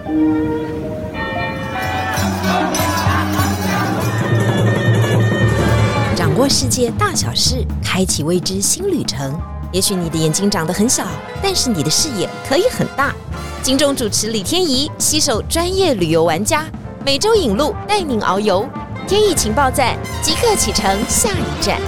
掌握世界大小事，开启未知新旅程。也许你的眼睛长得很小，但是你的视野可以很大。金钟主持李天怡携手专业旅游玩家，每周引路带您遨游。天意情报站即刻启程下一站。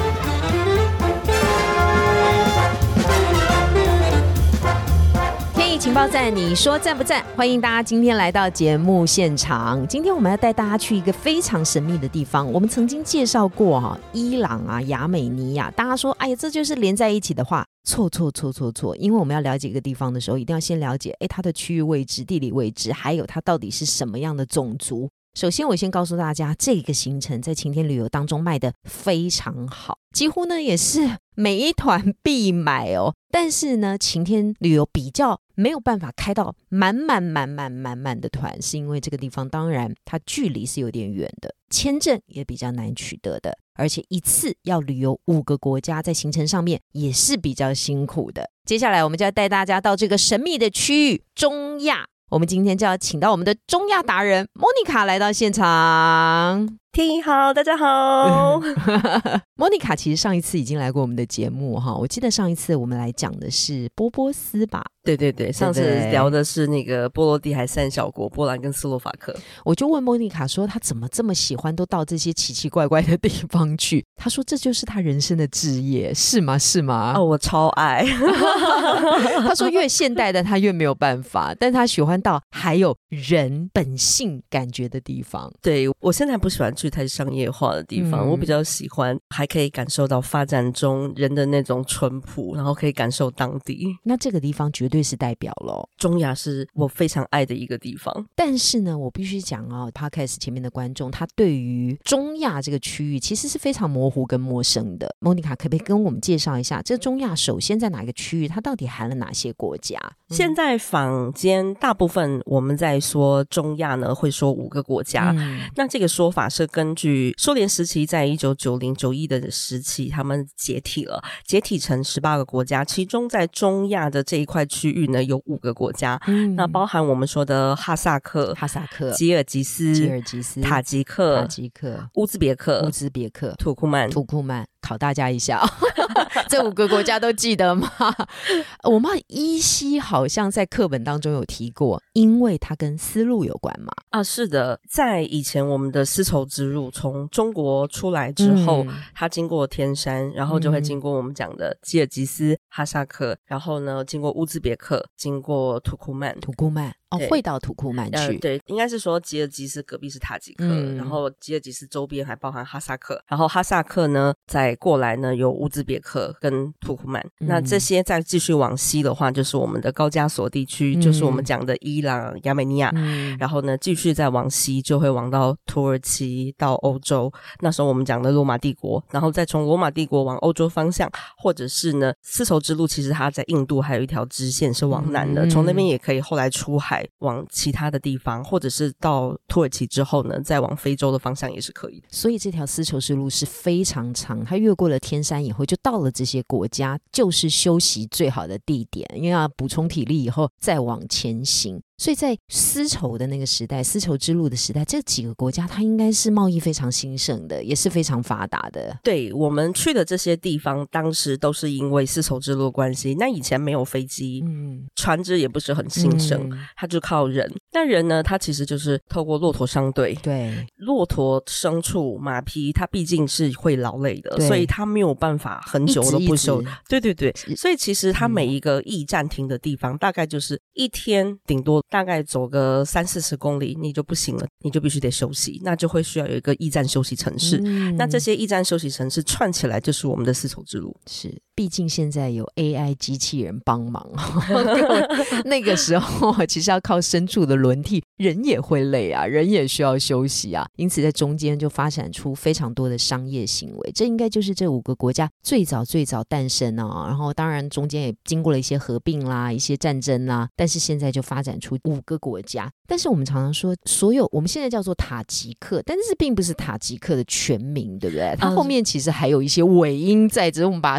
天意情报站，你说赞不赞？欢迎大家今天来到节目现场。今天我们要带大家去一个非常神秘的地方。我们曾经介绍过伊朗啊、亚美尼亚，大家说哎呀这就是连在一起的话，错，因为我们要了解一个地方的时候，一定要先了解它的区域位置、地理位置，还有它到底是什么样的种族。首先我先告诉大家，这个行程在晴天旅游当中卖得非常好，几乎呢也是每一团必买哦。但是呢晴天旅游比较没有办法开到满的团，是因为这个地方当然它距离是有点远的，签证也比较难取得的，而且一次要旅游5个国家，在行程上面也是比较辛苦的。接下来我们就要带大家到这个神秘的区域中亚，我们今天就要请到我们的中亚达人莫妮卡来到现场。 天怡好，大家好。 莫妮卡其实上一次已经来过我们的节目哈，我记得上一次我们来讲的是波波斯吧？ 对，上次聊的是那个波罗的海3小国波兰跟斯洛伐克。 我就问莫妮卡说她怎么这么喜欢都到这些奇奇怪怪的地方去，她说这就是她人生的志业，是吗？ 哦，我超爱。 她说越现代的她越没有办法，但她喜欢到还有人本性感觉的地方。 对，我现在不喜欢去太商业化的地方，我比较喜欢还可以感受到发展中人的那种淳朴，然后可以感受当地。 那这个地方绝对是代表咯， 中亚是我非常爱的一个地方。 但是呢我必须讲Podcast 前面的观众他对于中亚这个区域其实是非常模糊跟陌生的。莫妮卡可不可以跟我们介绍一下这中亚首先在哪个区域，它到底含了哪些国家？ 现在坊间大部分我们在说中亚呢会说5个国家，那这个说法是根据苏联时期在1990、91的时期他们解体成18个国家，其中在中亚的这一块区域呢有5个国家，那包含我们说的哈萨克、吉尔吉斯、塔吉克、乌兹别克、土库曼。考大家一下这5个国家都记得吗？我们依稀好像在课本当中有提过，因为它跟丝路有关嘛。是的，在以前我们的丝绸之路从中国出来之后，它经过天山，然后就会经过我们讲的吉尔吉斯、哈萨克，然后呢经过乌兹别克，经过土库曼会到土库曼去。 对，应该是说吉尔吉斯隔壁是塔吉克，然后吉尔吉斯周边还包含哈萨克，然后哈萨克呢再过来呢有乌兹别克跟土库曼，那这些再继续往西的话就是我们的高加索地区，就是我们讲的伊朗、亚美尼亚，然后呢继续再往西就会往到土耳其到欧洲，那时候我们讲的罗马帝国，然后再从罗马帝国往欧洲方向，或者是呢丝绸之路其实它在印度还有一条支线是往南的，从那边也可以后来出海往其他的地方，或者是到土耳其之后呢再往非洲的方向也是可以的。 所以这条丝绸之路是非常长，它越过了天山以后就到了这些国家，就是休息最好的地点，因为要补充体力以后再往前行。所以在丝绸的那个时代，丝绸之路的时代，这几个国家它应该是贸易非常兴盛的，也是非常发达的。 对，我们去的这些地方当时都是因为丝绸之路的关系，那以前没有飞机，船只也不是很兴盛，它就靠人。那人呢，它其实就是透过骆驼商队， 对， 骆驼、牲畜、马匹它毕竟是会劳累的，所以它没有办法很久都不休。对，所以其实它每一个驿站停的地方大概就是一天顶多大概走个30-40公里你就不行了，你就必须得休息，那就会需要有一个驿站休息城市，那这些驿站休息城市串起来就是我们的丝绸之路。 是，毕竟现在有 AI 机器人帮忙那个时候其实要靠牲畜的轮替，人也会累啊，人也需要休息啊，因此在中间就发展出非常多的商业行为，这应该就是这5个国家最早诞生啊。然后当然中间也经过了一些合并啦，一些战争啦，但是现在就发展出5个国家。但是我们常常说所有我们现在叫做塔吉克，但是并不是塔吉克的全名，对不对？它后面其实还有一些尾音在，只是我们把它省略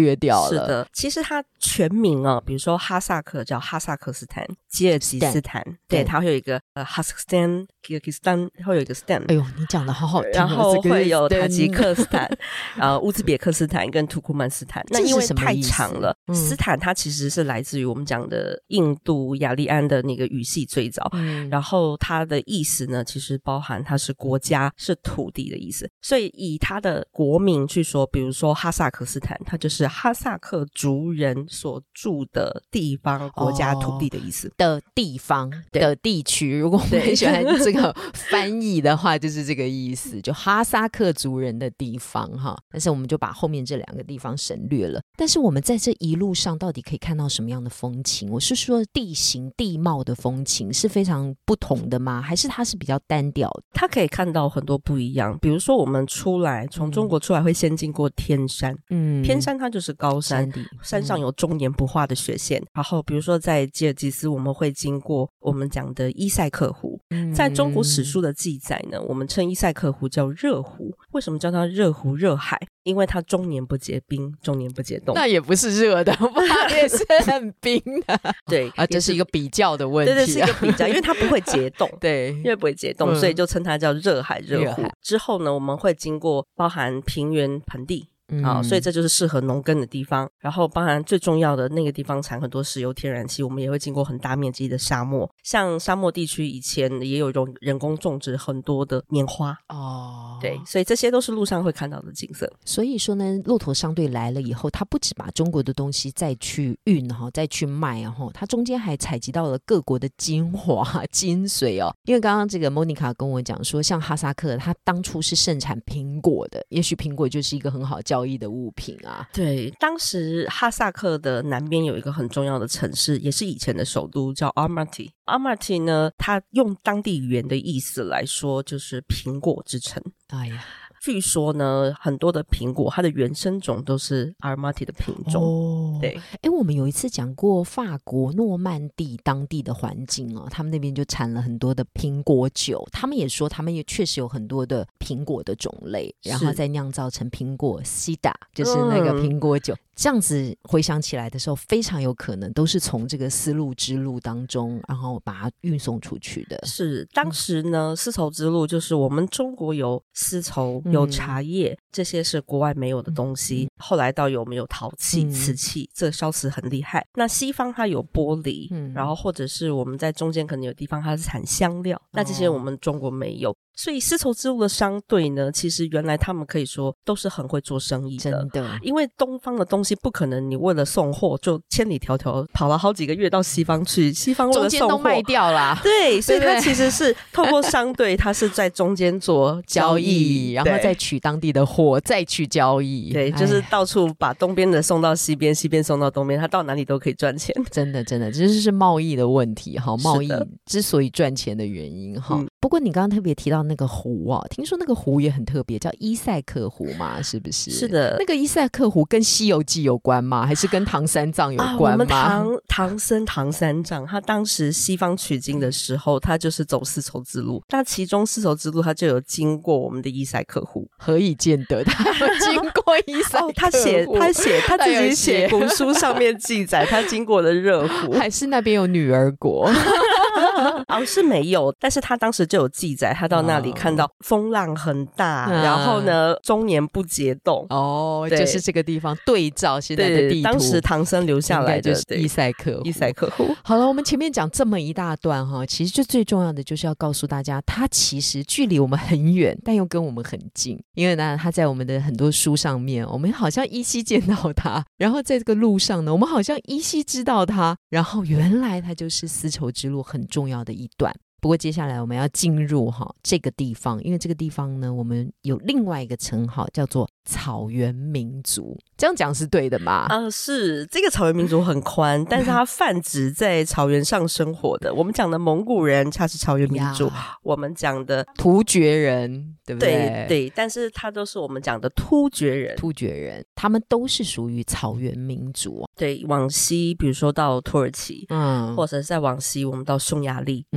略掉了。 是的，其实它全名比如说哈萨克叫哈萨克斯坦，吉尔吉斯坦，对，它会有一个哈萨克斯坦、吉尔吉斯坦，会有一个 stan。 哎呦，你讲的好好听。 然后会有塔吉克斯坦、乌兹别克斯坦跟土库曼斯坦。那因为太长了，斯坦它其实是来自于我们讲的印度雅利安的那个语系最早，然后它的意思呢，其实包含它是国家、是土地的意思。所以以它的国名去说，比如说哈萨克斯坦，它就是哈萨克族人所住的地方、国家、土地的意思的地方的地区。如果我们很喜欢这个翻译的话，就是这个意思，就哈萨克族人的地方哈。但是我们就把后面这两个地方省略了。但是我们在这一路上到底可以看到什么样的风情？我是说地形地貌的风情是非常不同的吗？还是它是比较单调的？ 它可以看到很多不一样。比如说我们从中国出来会先经过天山，天山它就是高山，山上有终年不化的雪线。然后比如说在吉尔吉斯我们会经过我们讲的伊塞克湖，在中国史书的记载呢，我们称伊塞克湖叫热湖。为什么叫它热湖热海？因为它终年不结冰，终年不结冻。 那也不是热的吧，也是很冰的。 对啊，这是一个比较的问题。 对，是一个比较，因为它不会结冻。 对， 因为不会结冻，所以就称它叫热海热湖。之后呢，我们会经过包含平原盆地。所以这就是适合农耕的地方。然后包含最重要的那个地方产很多石油天然气，我们也会经过很大面积的沙漠。像沙漠地区以前也有人工种植很多的棉花对，所以这些都是路上会看到的景色。 所以说呢，骆驼商队来了以后，他不只把中国的东西再去运再去卖他中间还采集到了各国的精华精髓因为刚刚这个 Monica 跟我讲说，像哈萨克他当初是盛产苹果的，也许苹果就是一个很好交易的物品啊。 对，当时哈萨克的南边有一个很重要的城市，也是以前的首都，叫 Almaty。Almaty 呢，它用当地语言的意思来说就是苹果之城。 哎呀， 据说呢，很多的苹果它的原生种都是 Almaty 的品种。对， 我们有一次讲过法国诺曼底当地的环境他们那边就产了很多的苹果酒，他们也说他们也确实有很多的苹果的种类，然后再酿造成苹果西达，就是那个苹果酒。这样子回想起来的时候，非常有可能都是从这个丝路之路当中然后把它运送出去的。 是，当时呢丝绸之路就是我们中国有丝绸有茶叶，这些是国外没有的东西。后来到有没有陶器、瓷器，这个烧瓷很厉害。那西方它有玻璃，然后或者是我们在中间可能有地方它是产香料，那这些我们中国没有。所以丝绸之路的商队呢，其实原来他们可以说都是很会做生意的， 真的。 因为东方的东西不可能你为了送货就千里迢迢跑了好几个月到西方去，西方为了送货中间都卖掉啦。 对，所以他其实是透过商队，他是在中间做交易， 然后再取当地的货，再去交易。 对，就是到处把东边的送到西边，西边送到东边，他到哪里都可以赚钱。 真的，这就是贸易的问题贸易之所以赚钱的原因不过你刚刚特别提到那个湖听说那个湖也很特别，叫伊塞克湖嘛，是不是？ 是的。 那个伊塞克湖跟西游记有关吗？还是跟唐三藏有关吗？ 我们唐僧唐三藏他当时西方取经的时候，他就是走丝绸之路，那其中丝绸之路他就有经过我们的伊塞克湖。 何以见得他有经过伊塞克湖他自己写古书上面记载他经过了热湖。 还是那边有女儿国？ 是没有，但是他当时就有记载，他到那里看到风浪很大，然后呢终年不结冻。 就是这个地方对照现在的地图， 当时唐僧留下来的就是伊塞克湖。 好了，我们前面讲这么一大段其实就最重要的就是要告诉大家，它其实距离我们很远，但又跟我们很近。因为呢，它在我们的很多书上面，我们好像依稀见到它，然后在这个路上呢，我们好像依稀知道它，然后原来它就是丝绸之路很重要的一段。不过接下来我们要进入这个地方，因为这个地方呢，我们有另外一个称号叫做草原民族。这样讲是对的吗？ 是，这个草原民族很宽，但是它泛指在草原上生活的。我们讲的蒙古人他是草原民族，我们讲的突厥人，对不对？ 对，但是他都是我们讲的突厥人， 他们都是属于草原民族。 对，往西比如说到土耳其，或者再往西我们到匈牙利，这些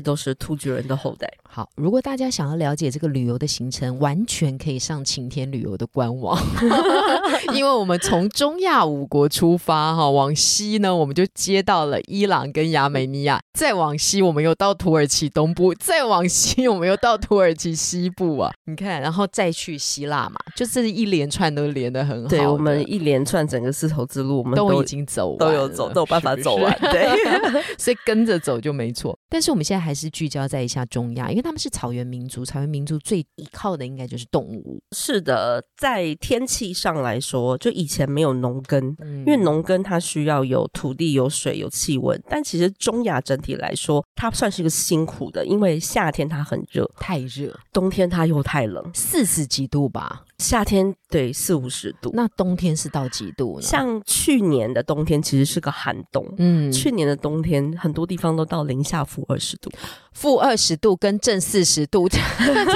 都是突厥人的后代。 好，如果大家想要了解这个旅游的行程，完全可以上晴天旅游的官网因为我们从中亚5国出发往西呢，我们就接到了伊朗跟亚美尼亚，再往西我们又到土耳其东部，再往西我们又到土耳其西部啊，你看，然后再去希腊嘛，就是一连串都连得很好。 对，我们一连串整个丝绸之路我们都已经走完了， 都有办法走完，对所以跟着走就没错。但是我们现在还是聚焦在一下中亚，因为他们是草原民族，草原民族最依靠的应该就是动物。 是的，在天气上来说，就以前没有农耕，因为农耕它需要有土地、有水、有气温，但其实中亚整体来说它算是一个辛苦的，因为夏天它很热， 太热， 冬天它又太冷 ，40几度吧， 夏天对40-50度， 那冬天是到几度呢？ 像去年的冬天其实是个寒冬，去年的冬天很多地方都到零下-20度， 负20度跟正40度才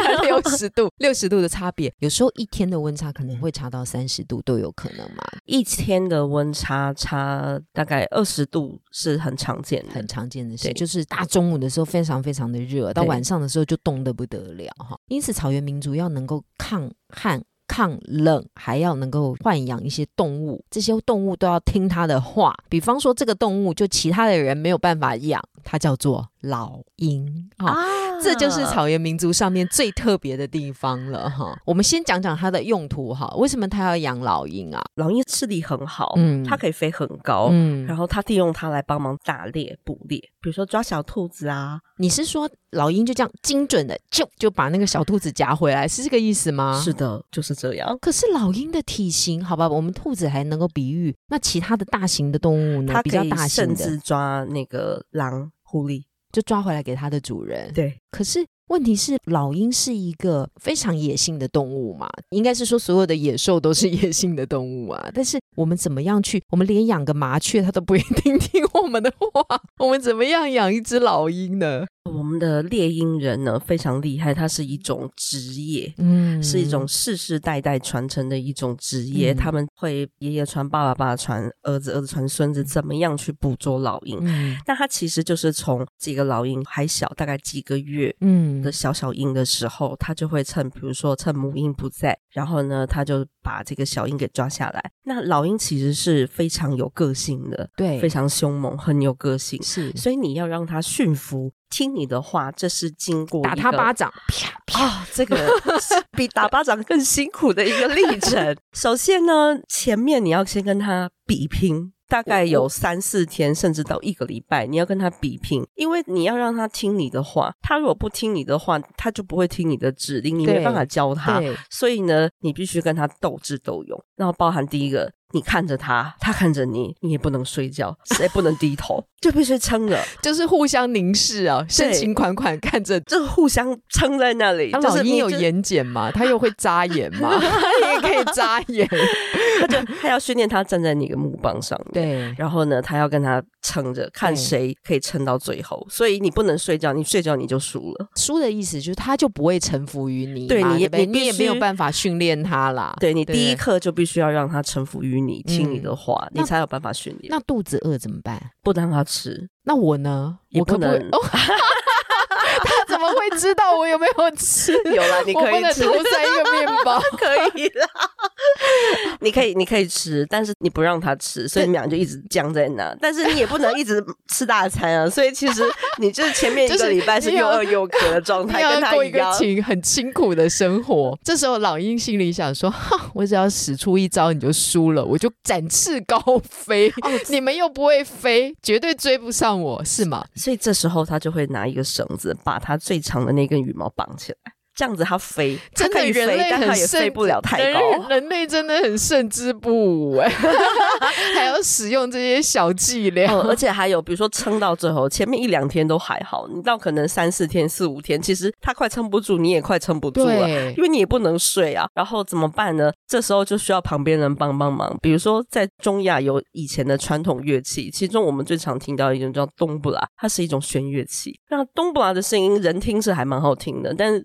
60度60度的差别，有时候一天的温差可能会差到30度都有可能嘛。 一天的温差差大概20度是很常见的， 很常见的事，就是大中午的时候非常非常的热，到晚上的时候就冻得不得了哈。因此草原民族要能够抗旱抗冷，还要能够豢养一些动物，这些动物都要听他的话。比方说这个动物就其他的人没有办法养，它叫做老鹰这就是草原民族上面最特别的地方了哈。我们先讲讲它的用途哈，为什么它要养老鹰啊？ 老鹰视力很好，它可以飞很高，然后它利用它来帮忙打猎捕猎，比如说抓小兔子啊。 你是说老鹰就这样精准的就把那个小兔子夹回来，是这个意思吗？ 是的，就是这样。 可是老鹰的体型，好吧，我们兔子还能够比喻，那其他的大型的动物呢？ 它比较大型的， 甚至抓那个狼、狐狸， 就抓回来给它的主人。 对， 可是问题是老鹰是一个非常野性的动物嘛，应该是说所有的野兽都是野性的动物啊，但是我们怎么样去，我们连养个麻雀它都不一定听我们的话，我们怎么样养一只老鹰呢？ 我们的猎鹰人呢非常厉害，它是一种职业，是一种世世代代传承的一种职业，他们会爷爷传爸爸传儿子，儿子传孙子，怎么样去捕捉老鹰。但它其实就是从几个老鹰还小大概几个月的小鹰的时候，他就会比如说趁母鹰不在，然后呢他就把这个小鹰给抓下来。那老鹰其实是非常有个性的，对，非常凶猛，很有个性，是，所以你要让它驯服听你的话，这是经过打他巴掌啪啪这个是比打巴掌更辛苦的一个历程。首先呢，前面你要先跟他比拼，大概有3-4天甚至到1个礼拜，你要跟他比拼，因为你要让他听你的话，他如果不听你的话，他就不会听你的指令，你没办法教他，所以呢你必须跟他斗智斗勇。然后包含第一个，你看着他，他看着你，你也不能睡觉，谁不能低头就必须撑着， 就是互相凝视啊，深情款款看着， 就互相撑在那里。 老鹰有眼睑吗？他又会眨眼吗？他也可以眨眼他要训练他站在那个木棒上面，对，然后呢他要跟他撑着，看谁可以撑到最后。所以你不能睡觉，你睡觉你就输了。 输的意思就是他就不会臣服于你， 对，你也没有办法训练他啦。 对，你第一课就必须要让他臣服于你，听你的话，你才有办法训练。 那肚子饿怎么办？ 不让他吃。 那我呢？ 我不能他怎么会知道我有没有吃？ 有啦，你可以吃， 我不能偷塞一个面包可以啦你可以吃，但是你不让他吃，所以你们俩就一直僵在那。但是你也不能一直吃大餐啊，所以其实你就是前面1个礼拜是又饿又渴的状态，跟他过一个很辛苦的生活。这时候老鹰心里想说，我只要使出一招你就输了，我就展翅高飞，你们又不会飞，绝对追不上我，是吗？ 所以这时候他就会拿一个绳子把他最长的那根羽毛绑起来，这样子他飞， 真的人类但他也飞不了太高。 人类真的很胜之不武还要使用这些小伎俩而且还有比如说撑到最后，前面1-2天都还好，你到可能3-4天4-5天，其实他快撑不住，你也快撑不住了，因为你也不能睡啊。然后怎么办呢？这时候就需要旁边人帮忙。比如说在中亚有以前的传统乐器，其中我们最常听到一种叫冬不拉，它是一种弦乐器。那冬不拉的声音人听是还蛮好听的，但是老鹰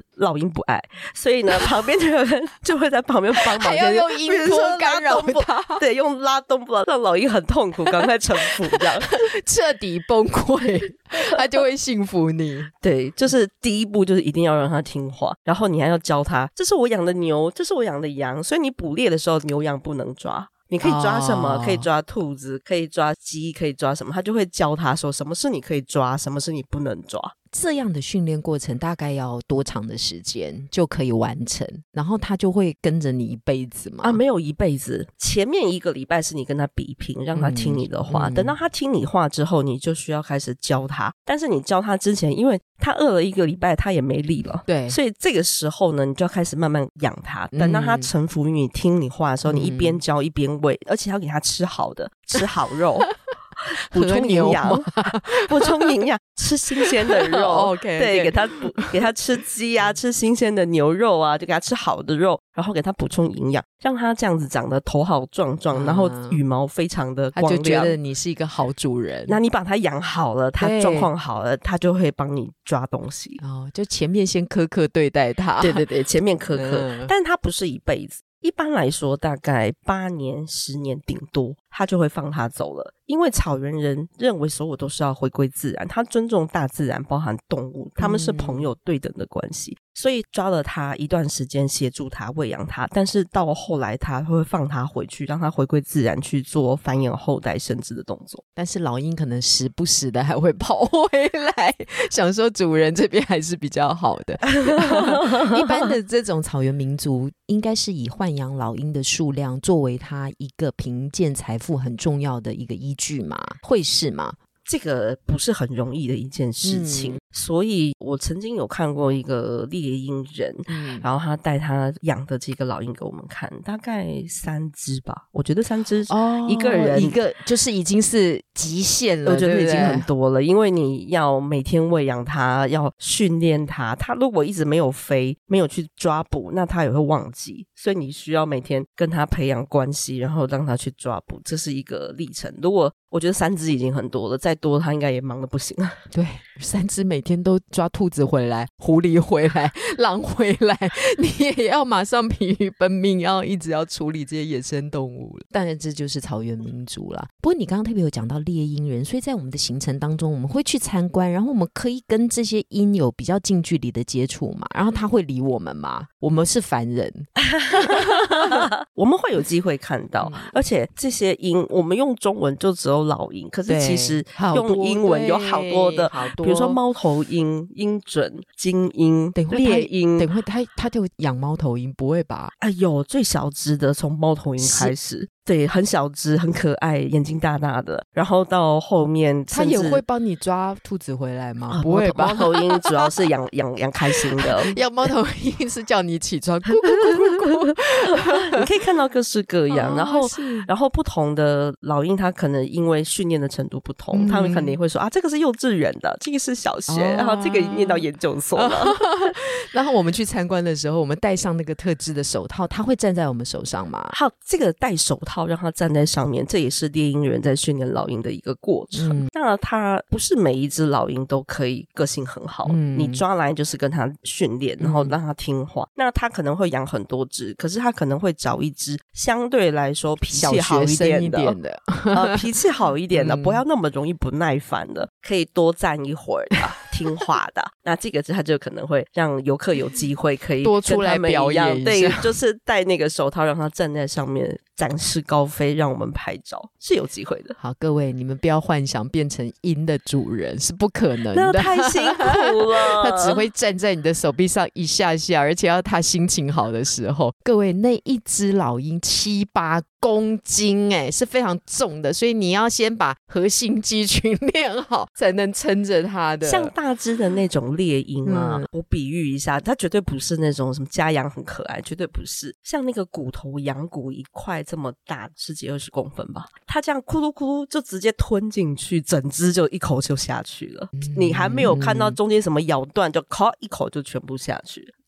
鹰不爱，所以呢旁边的人就会在旁边帮忙， 还要用音波干扰他， 对，用拉东部让老鹰很痛苦，赶快臣服这样彻底崩溃，他就会信服你。 对，就是第一步就是一定要让他听话，然后你还要教他，这是我养的牛，这是我养的羊，所以你捕猎的时候牛羊不能抓，你可以抓什么？可以抓兔子，可以抓鸡，可以抓什么？他就会教他说什么是你可以抓，什么是你不能抓。 这样的训练过程大概要多长的时间就可以完成？然后他就会跟着你一辈子吗？ 没有一辈子，前面1个礼拜是你跟他比拼，让他听你的话，等到他听你话之后，你就需要开始教他。但是你教他之前，因为他饿了1个礼拜，他也没力了， 对， 所以这个时候呢，你就要开始慢慢养他。等到他臣服于你听你话的时候，你一边教一边喂，而且要给他吃好的，吃好肉。补充营养，补充营养，吃新鲜的肉。 okay, 对，给他吃鸡啊，吃新鲜的牛肉啊，就给他吃好的肉，然后给他补充营养，让他这样子长得头好壮壮，然后羽毛非常的光亮， 他就觉得你是一个好主人。 那你把他养好了，他状况好了，他就会帮你抓东西。 就前面先苛刻对待他。 对对对，前面苛刻，但是他不是一辈子。一般来说大概8年10年顶多他就会放他走了，因为草原人认为所有都是要回归自然，他尊重大自然，包含动物，他们是朋友对等的关系，所以抓了他一段时间，协助他喂养他，但是到后来他会放他回去，让他回归自然，去做繁衍后代生殖的动作。 但是老鹰可能时不时的还会跑回来，想说主人这边还是比较好的。一般的这种草原民族应该是以豢养老鹰的数量作为他一个评鉴财富很重要的一个依据吗？会是吗？ 这个不是很容易的一件事情，所以我曾经有看过一个猎鹰人，然后他带他养的这个老鹰给我们看，大概3只吧，我觉得3只一个人， 一个就是已经是极限了， 我觉得已经很多了，因为你要每天喂养它，要训练它，它如果一直没有飞，没有去抓捕，那它也会忘记，所以你需要每天跟它培养关系，然后让它去抓捕，这是一个历程。如果我觉得3只已经很多了，再多它应该也忙得不行了。 对，3只每天都抓兔子回来，狐狸回来，狼回来，你也要马上疲于奔命，要一直要处理这些野生动物。当然这就是草原民族啦。不过你刚刚特别有讲到猎鹰人，所以在我们的行程当中我们会去参观，然后我们可以跟这些鹰有比较近距离的接触嘛，然后他会理我们吗？我们是凡人。 我们会有机会看到，而且这些鹰我们用中文就只有老鹰，可是其实用英文有好多的，比如说猫头鹰、鹰隼、金鹰、猎鹰。 等会他就养猫头鹰，不会吧？ 有最小只的从猫头鹰开始，对，很小只，很可爱，眼睛大大的，然后到后面他也会帮你抓兔子回来吗？不会吧？ 猫头鹰主要是养开心的。 养猫头鹰是叫你起床咕咕咕咕咕。 你可以看到各式各样，然后不同的老鹰它可能因为训练的程度不同，他们肯定会说这个是幼稚园的，这个是小学，然后这个念到研究所了。 然后我们去参观的时候，我们戴上那个特制的手套，它会站在我们手上吗？ 好，这个戴手套让它站在上面，这也是猎鹰人在训练老鹰的一个过程。那它不是每一只老鹰都可以个性很好，你抓来就是跟它训练，然后让它听话。那它可能会养很多只，可是它可能会找一只相对来说脾气好一点的，脾气好一点的，不要那么容易不耐烦的，可以多站一会儿的，听话的。那这个它就可能会让游客有机会可以多出来表演一下， 对，就是戴那个手套让它站在上面展翅高飞，让我们拍照，是有机会的。 好，各位你们不要幻想变成鹰的主人，是不可能的， 那太辛苦了。 他只会站在你的手臂上一下下，而且要他心情好的时候。各位，那一只老鹰7、8公斤是非常重的，所以你要先把核心肌群练好才能撑着它的。 像大只的那种猎鹰我比喻一下，它绝对不是那种什么家养很可爱，绝对不是。像那个骨头羊骨一块这么大，10几20公分吧，它这样咕噜咕噜就直接吞进去，整只就一口就下去了。你还没有看到中间什么咬断，就咔一口就全部下去。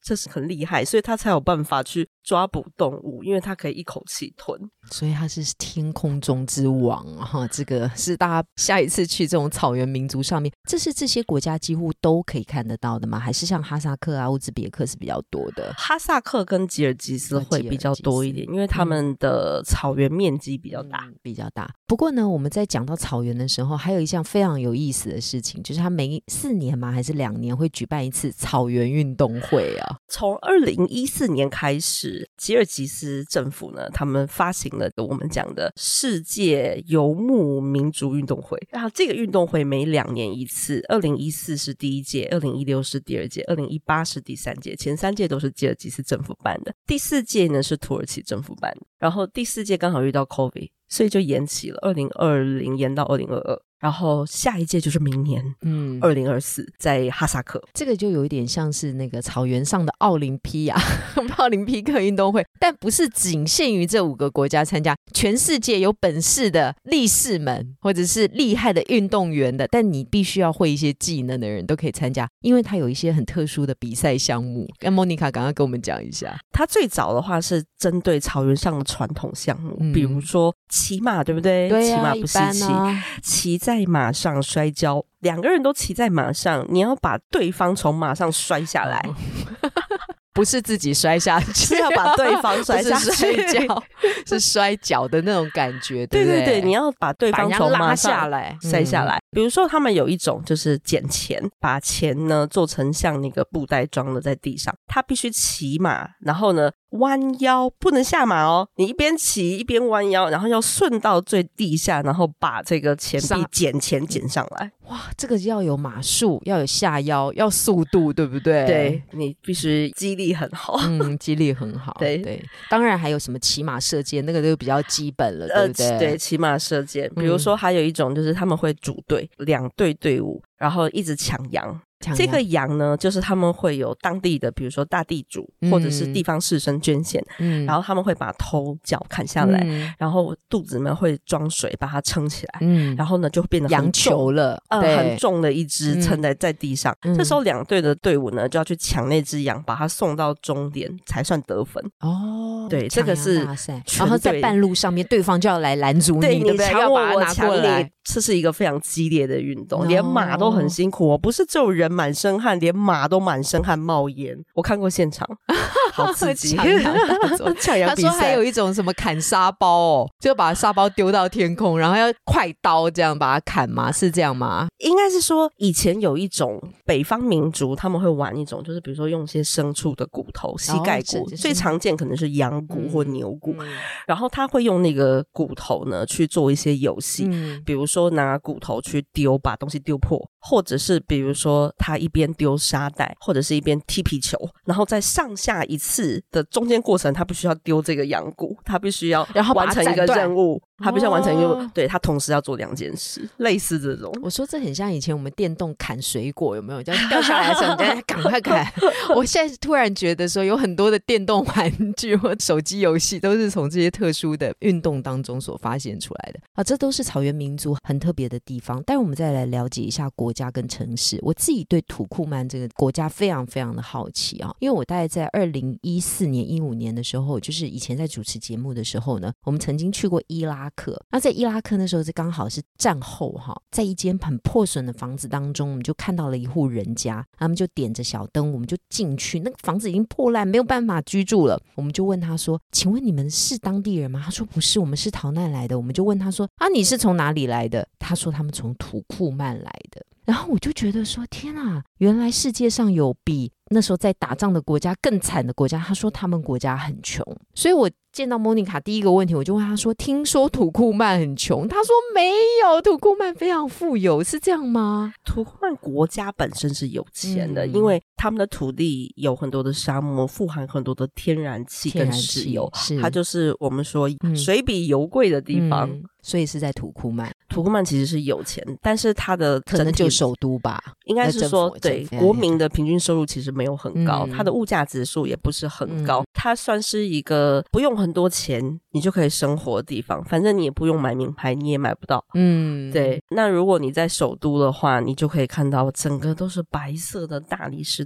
这是很厉害，所以他才有办法去抓捕动物，因为他可以一口气吞， 所以他是天空中之王哈。这个是大家下一次去这种草原民族上面，这是这些国家几乎都可以看得到的吗？还是像哈萨克啊、乌兹别克是比较多的？ 哈萨克跟吉尔吉斯会比较多一点，因为他们的草原面积比较大， 比较大。不过呢，我们在讲到草原的时候，还有一项非常有意思的事情，就是他每4年吗还是2年会举办一次草原运动会啊。 从2014年开始，吉尔吉斯政府呢，他们发行了我们讲的世界游牧民族运动会。然后这个运动会每2年一次，2014是第1届，2016是第2届，2018是第3届，前3届都是吉尔吉斯政府办的，第4届呢是土耳其政府办的，然后第4届刚好遇到 COVID， 所以就延期了，2020延到2022。然后下一届就是明年2024在哈萨克。 这个就有一点像是那个草原上的奥林匹亚奥林匹克运动会，但不是仅限于这5个国家参加，全世界有本事的力士们或者是厉害的运动员的，但你必须要会一些技能的人都可以参加，因为它有一些很特殊的比赛项目。跟莫妮卡刚刚跟我们讲一下， 它最早的话是针对草原上的传统项目，比如说骑马，对不对？ 对啊， 骑马不稀奇，骑在马上摔跤，2个人都骑在马上，你要把对方从马上摔下来不是自己摔下去， 是要把对方摔下去， 不是摔跤是摔跤的那种感觉，对不对？ 对对对，你要把对方从马上下来摔下来。比如说他们有一种就是捡钱，把钱呢做成像那个布袋装的在地上，他必须骑马，然后呢弯腰，不能下马哦，你一边骑一边弯腰，然后要顺到最地下，然后把这个钱币捡钱捡上来。 哇，这个要有马术，要有下腰，要速度，对不对？ 对，你必须肌力很好， 肌力很好。 对对，当然还有什么骑马射箭，那个就比较基本了，对不对？ 对，骑马射箭。比如说还有一种就是他们会组队，2队队伍，然后一直抢羊。这个羊呢，就是他们会有当地的，比如说大地主或者是地方士绅捐献，然后他们会把头脚砍下来，然后肚子呢会装水把它撑起来，然后呢就会变得很重羊球了， 很重的一只撑在地上。这时候2队的队伍呢就要去抢那只羊，把它送到终点才算得分。 哦， 对，这个是然后在半路上面对方就要来拦阻你，对不对？ 抢我， 要把它拿过来。 这是一个非常激烈的运动，连马都很辛苦，不是只有人满身汗，连马都满身汗冒烟。我看过现场，好刺激！抢羊比赛， 他说还有一种什么砍沙包哦，就把沙包丢到天空，然后要快刀这样把它砍吗？是这样吗？ 应该是说以前有一种北方民族他们会玩一种，就是比如说用一些牲畜的骨头，膝盖骨，最常见可能是羊骨或牛骨，然后他会用那个骨头呢去做一些游戏，比如说拿骨头去丢，把东西丢破，或者是比如说他一边丢沙袋，或者是一边踢皮球，然后在上下一次的中间过程他必须要丢这个羊骨，他必须要完成一个任务，他必须要完成一个对，他同时要做2件事，类似这种。 我说这很像以前我们电动砍水果，有没有？这样掉下来的时候你赶快砍我现在突然觉得说有很多的电动玩具或手机游戏都是从这些特殊的运动当中所发现出来的啊，这都是草原民族很特别的地方。但我们再来了解一下国家跟城市。我自己对土库曼这个国家非常非常的好奇啊，因为我大概在2014年15年的时候，就是以前在主持节目的时候呢，我们曾经去过伊拉克。那在伊拉克那时候是刚好是战后哈，在一间很破损的房子当中，我们就看到了一户人家，他们就点着小灯，我们就进去，那个房子已经破烂，没有办法居住了。我们就问他说，请问你们是当地人吗？他说不是，我们是逃难来的。我们就问他说啊，你是从哪里来的？他说他们从土库曼来的。然后我就觉得说天啊，原来世界上有比那时候在打仗的国家更惨的国家。他说他们国家很穷，所以我见到莫妮卡第一个问题我就问他说，听说土库曼很穷？他说没有，土库曼非常富有，是这样吗？ 土库曼国家本身是有钱的，因为他们的土地有很多的沙漠，富含很多的天然气跟石油，它就是我们说水比油贵的地方， 所以是在土库曼。 土库曼其实是有钱，但是它的可能就首都吧， 应该是说对国民的平均收入其实没有很高，它的物价指数也不是很高，它算是一个不用很多钱你就可以生活的地方，反正你也不用买名牌，你也买不到。对。那如果你在首都的话，你就可以看到整个都是白色的大理石的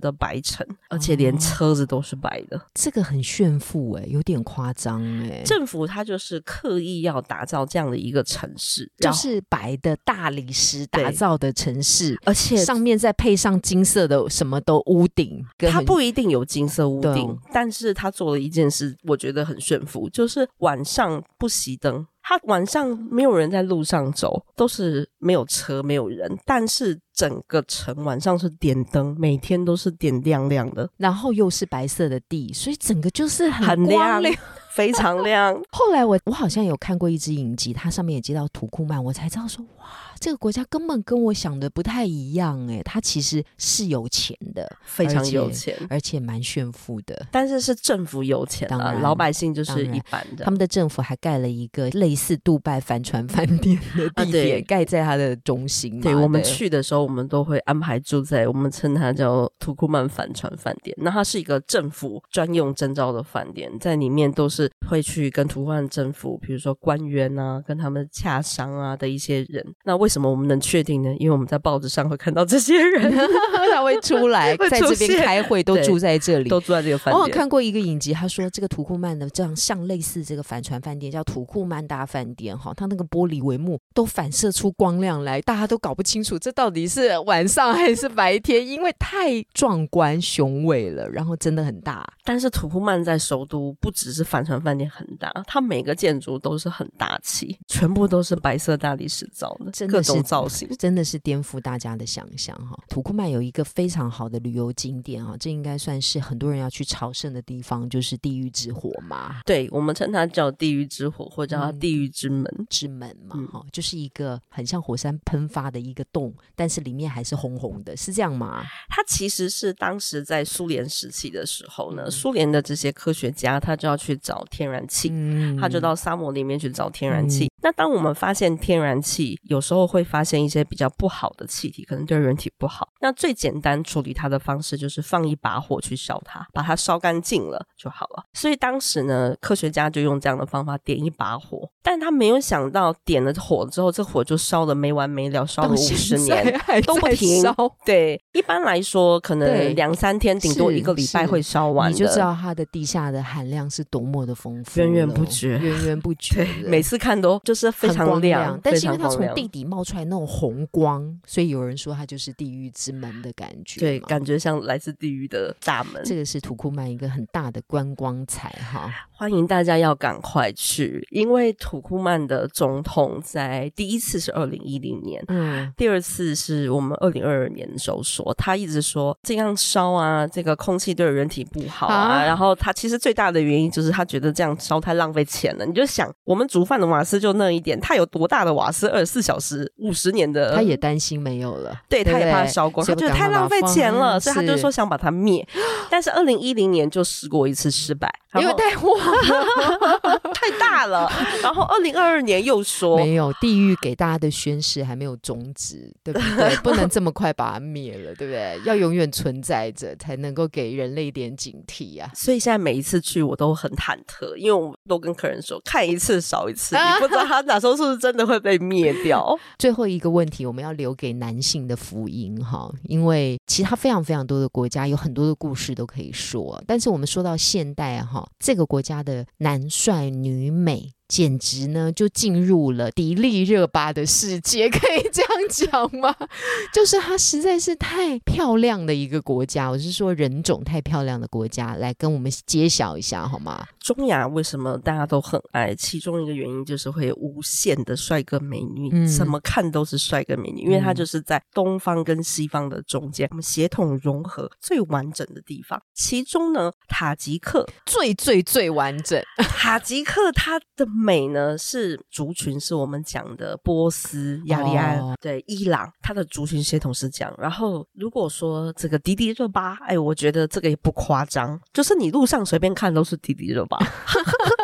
的白城，而且连车子都是白的。 这个很炫富欸，有点夸张欸。 政府它就是刻意要打造这样的一个城市， 就是白的大理石打造的城市， 而且上面再配上金色的什么都屋顶。 它不一定有金色屋顶，但是它做了一件事我觉得很炫富，就是晚上不熄灯，它晚上没有人在路上走，都是没有车没有人，但是整个城晚上是点灯，每天都是点亮亮的， 然后又是白色的地，所以整个就是很光亮非常亮。 后来我好像有看过一支影集，它上面也接到土库曼，我才知道说哇，这个国家根本跟我想的不太一样欸，它其实是有钱的， 非常有钱， 而且蛮炫富的， 但是是政府有钱啊，老百姓就是一般的。 他们的政府还盖了一个类似杜拜帆船饭店的地点，盖在它的中心嘛。 对，我们去的时候我们都会安排住在，我们称它叫土库曼帆船饭店，那它是一个政府专用征召的饭店，在里面都是会去跟土库曼政府比如说官员啊跟他们洽商啊的一些人。那为什么我们能确定呢？因为我们在报纸上会看到这些人他会出来在这边开会，都住在这里， 都住在这个饭店。 我有看过一个影集，他说这个土库曼的这样像类似这个帆船饭店叫土库曼大饭店，它那个玻璃帷幕都反射出光亮来，大家都搞不清楚这到底是晚上还是白天，因为太壮观雄伟了，然后真的很大。 但是土库曼在首都不只是帆船饭店很大，它每个建筑都是很大气，全部都是白色大理石造的， 真的是各种造型， 真的是颠覆大家的想象。土库曼有一个非常好的旅游景点，这应该算是很多人要去朝圣的地方，就是地狱之火嘛。 对，我们称它叫地狱之火，或叫它地狱之门。 之门嘛，就是一个很像火山喷发的一个洞，但是里面还是红红的，是这样吗？ 它其实是当时在苏联时期的时候呢，苏联的这些科学家他就要去找天然气，他就到沙漠里面去找天然气。那当我们发现天然气，有时候会发现一些比较不好的气体，可能对人体不好，那最简单处理它的方式就是放一把火去烧它，把它烧干净了就好了。所以当时呢，科学家就用这样的方法点一把火，但他没有想到点了火之后，这火就烧得没完没了，烧了50年都不停。对，一般来说可能2-3天顶多1个礼拜会烧完的， 你就知道它的地下的含量是多么的丰富， 源源不绝， 源源不绝。 对，每次看都就是非常亮， 但是因为它从地底冒出来那种红光，所以有人说它就是地狱之门的感觉。 对，感觉像来自地狱的大门。 这个是土库曼一个很大的观光彩哈， 欢迎大家要赶快去，因为土库曼的总统在第一次是2010年，第二次是我们2022年的时候说，他一直说这样烧啊，这个空气对人体不好啊，然后他其实最大的原因就是他觉得这样烧太浪费钱了。你就想我们煮饭的瓦斯就那一点，他有多大的瓦斯24小时50年的， 他也担心没有了， 对，他也怕烧光，他觉得太浪费钱了，所以他就说想把它灭。但是2010年就试过一次失败， 因为太火太大了，然后2022年又说没有，地狱给大家的宣誓还没有终止，对不对？不能这么快把它灭了，对不对？要永远存在着，才能够给人类一点警惕啊。 所以现在每一次去我都很忐忑，因为我都跟客人说看一次少一次，你不知道他哪时候是不是真的会被灭掉。 最后一个问题我们要留给男性的福音哈，因为其他非常非常多的国家有很多的故事都可以说，但是我们说到现代哈，这个国家的男帅女美简直呢就进入了迪丽热巴的世界，可以这样讲吗？就是它实在是太漂亮的一个国家，我是说人种太漂亮的国家，来跟我们揭晓一下好吗？ 中亚为什么大家都很爱？其中一个原因就是会有无限的帅哥美女，怎么看都是帅哥美女，因为它就是在东方跟西方的中间，我们血统融合最完整的地方。其中呢，塔吉克最完整。塔吉克它的美呢是族群，是我们讲的波斯、雅利安，对，伊朗，它的族群血统是这样。然后如果说这个迪丽热巴，我觉得这个也不夸张，就是你路上随便看都是迪丽热巴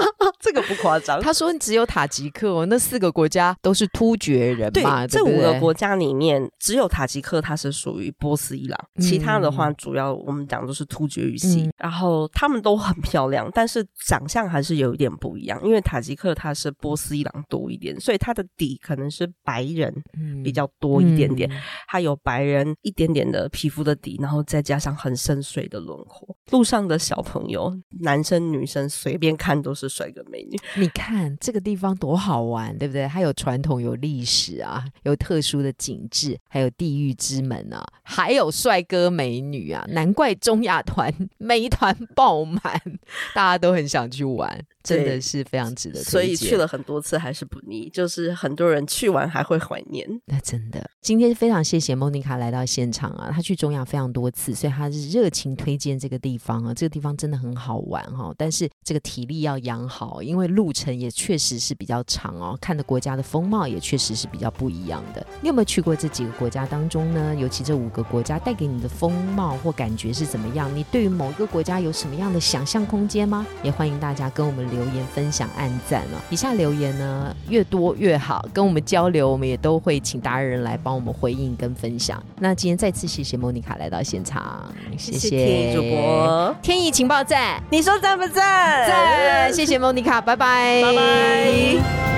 这个不夸张。 他说只有塔吉克哦，那4个国家都是突厥人嘛， 对， 这5个国家里面只有塔吉克它是属于波斯伊朗，其他的话主要我们讲都是突厥语系，然后他们都很漂亮，但是长相还是有一点不一样，因为塔吉克它是波斯伊朗多一点，所以它的底可能是白人比较多一点点，它有白人一点点的皮肤的底，然后再加上很深邃的轮廓。路上的小朋友男生女生随便看都是帅哥美女。 你看这个地方多好玩，对不对？它有传统有历史啊，有特殊的景致，还有地狱之门啊，还有帅哥美女啊，难怪中亚团每一团爆满，大家都很想去玩，真的是非常值得推荐。 所以去了很多次还是不腻，就是很多人去完还会怀念。 那真的今天非常谢谢 Monica 来到现场啊，她去中亚非常多次，所以她是热情推荐这个地方啊，这个地方真的很好玩哦，但是这个体力要养好，因为路程也确实是比较长哦，看的国家的风貌也确实是比较不一样的。你有没有去过这几个国家当中呢？尤其这5个国家带给你的风貌或感觉是怎么样？你对于某一个国家有什么样的想象空间吗？也欢迎大家跟我们留言分享按赞哦。以下留言呢越多越好，跟我们交流，我们也都会请达人来帮我们回应跟分享。那今天再次谢谢 Monica 来到现场，谢谢天意主播， 天意情报站， 你说赞不赞？ 赞，谢谢 Monica， 拜拜， 拜拜。